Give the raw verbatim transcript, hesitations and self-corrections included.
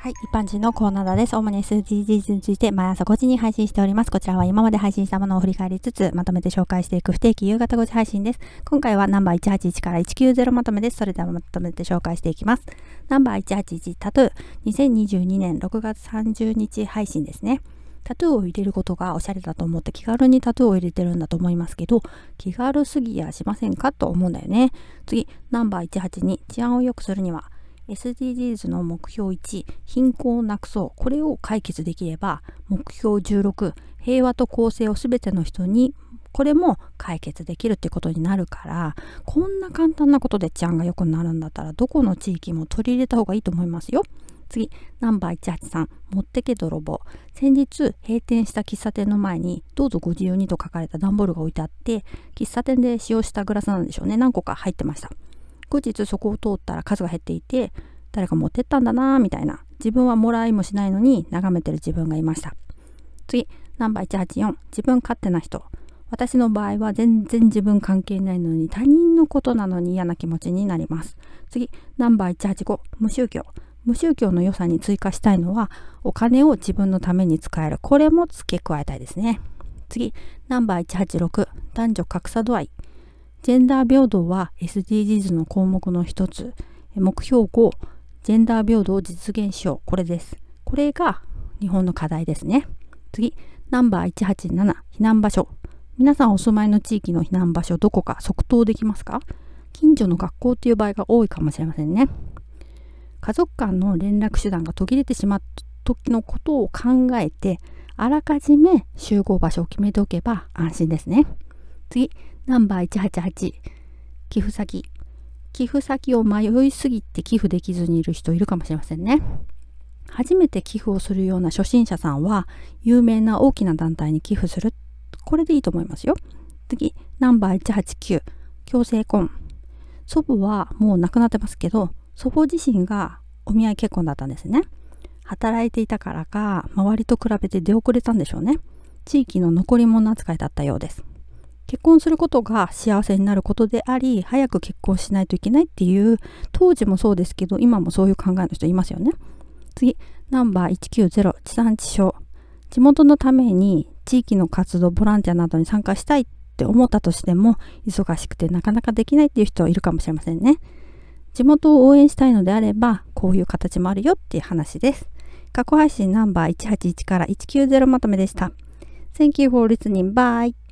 はい、一般人のコーナーです。主に エスディージーズ について毎朝ごじに配信しております。こちらは今まで配信したものを振り返りつつ、まとめて紹介していく不定期夕方ごじ配信です。今回はナンバーいちはちいちからいちきゅうゼロまとめです。それではまとめて紹介していきます。ナンバーいちはちいちタトゥー、にせんにじゅうにねんろくがつさんじゅうにち配信ですね。タトゥーを入れることがおしゃれだと思って気軽にタトゥーを入れてるんだと思いますけど、気軽すぎやしませんかと思うんだよね。次、ナンバーいちはちに治安を良くするには、エスディージーズ の目標いち、貧困をなくそう。これを解決できれば、目標じゅうろく、平和と公正をすべての人に、これも解決できるってことになるから、こんな簡単なことで治安が良くなるんだったら、どこの地域も取り入れた方がいいと思いますよ。次、ナンバーいちはちさん、持ってけ泥棒。先日、閉店した喫茶店の前に、どうぞご自由にと書かれた段ボールが置いてあって、喫茶店で使用したグラスなんでしょうね。何個か入ってました。後日そこを通ったら数が減っていて、誰か持ってったんだなぁみたいな、自分はもらいもしないのに眺めてる自分がいました。次、ナンバーいちはちよん、自分勝手な人。私の場合は全然自分関係ないのに他人のことなのに嫌な気持ちになります。次、ナンバーいちはちご、無宗教。無宗教の良さに追加したいのは、お金を自分のために使える。これも付け加えたいですね。次、ナンバーいちはちろく、男女格差度合い。ジェンダー平等は エスディージーズ の項目の一つ。目標ご、ジェンダー平等を実現しよう。これです。これが日本の課題ですね。次、ナンバーいちはちなな、避難場所。皆さんお住まいの地域の避難場所、どこか即答できますか？近所の学校っていう場合が多いかもしれませんね。家族間の連絡手段が途切れてしまった時のことを考えて、あらかじめ集合場所を決めておけば安心ですね。次、ナンバーいちはちはち、寄付先。寄付先を迷いすぎて寄付できずにいる人いるかもしれませんね。初めて寄付をするような初心者さんは、有名な大きな団体に寄付する。これでいいと思いますよ。次、ナンバーいちはちきゅう、強制婚。祖母はもう亡くなってますけど、祖母自身がお見合い結婚だったんですね。働いていたからか、周りと比べて出遅れたんでしょうね。地域の残り物扱いだったようです。結婚することが幸せになることであり、早く結婚しないといけないっていう、当時もそうですけど、今もそういう考えの人いますよね。次、ナンバーいちきゅうゼロ、地産地消。地元のために地域の活動、ボランティアなどに参加したいって思ったとしても、忙しくてなかなかできないっていう人いるかもしれませんね。地元を応援したいのであれば、こういう形もあるよっていう話です。過去配信ナンバーいちはちいちからいちきゅうゼロまとめでした。Thank you for listening. Bye.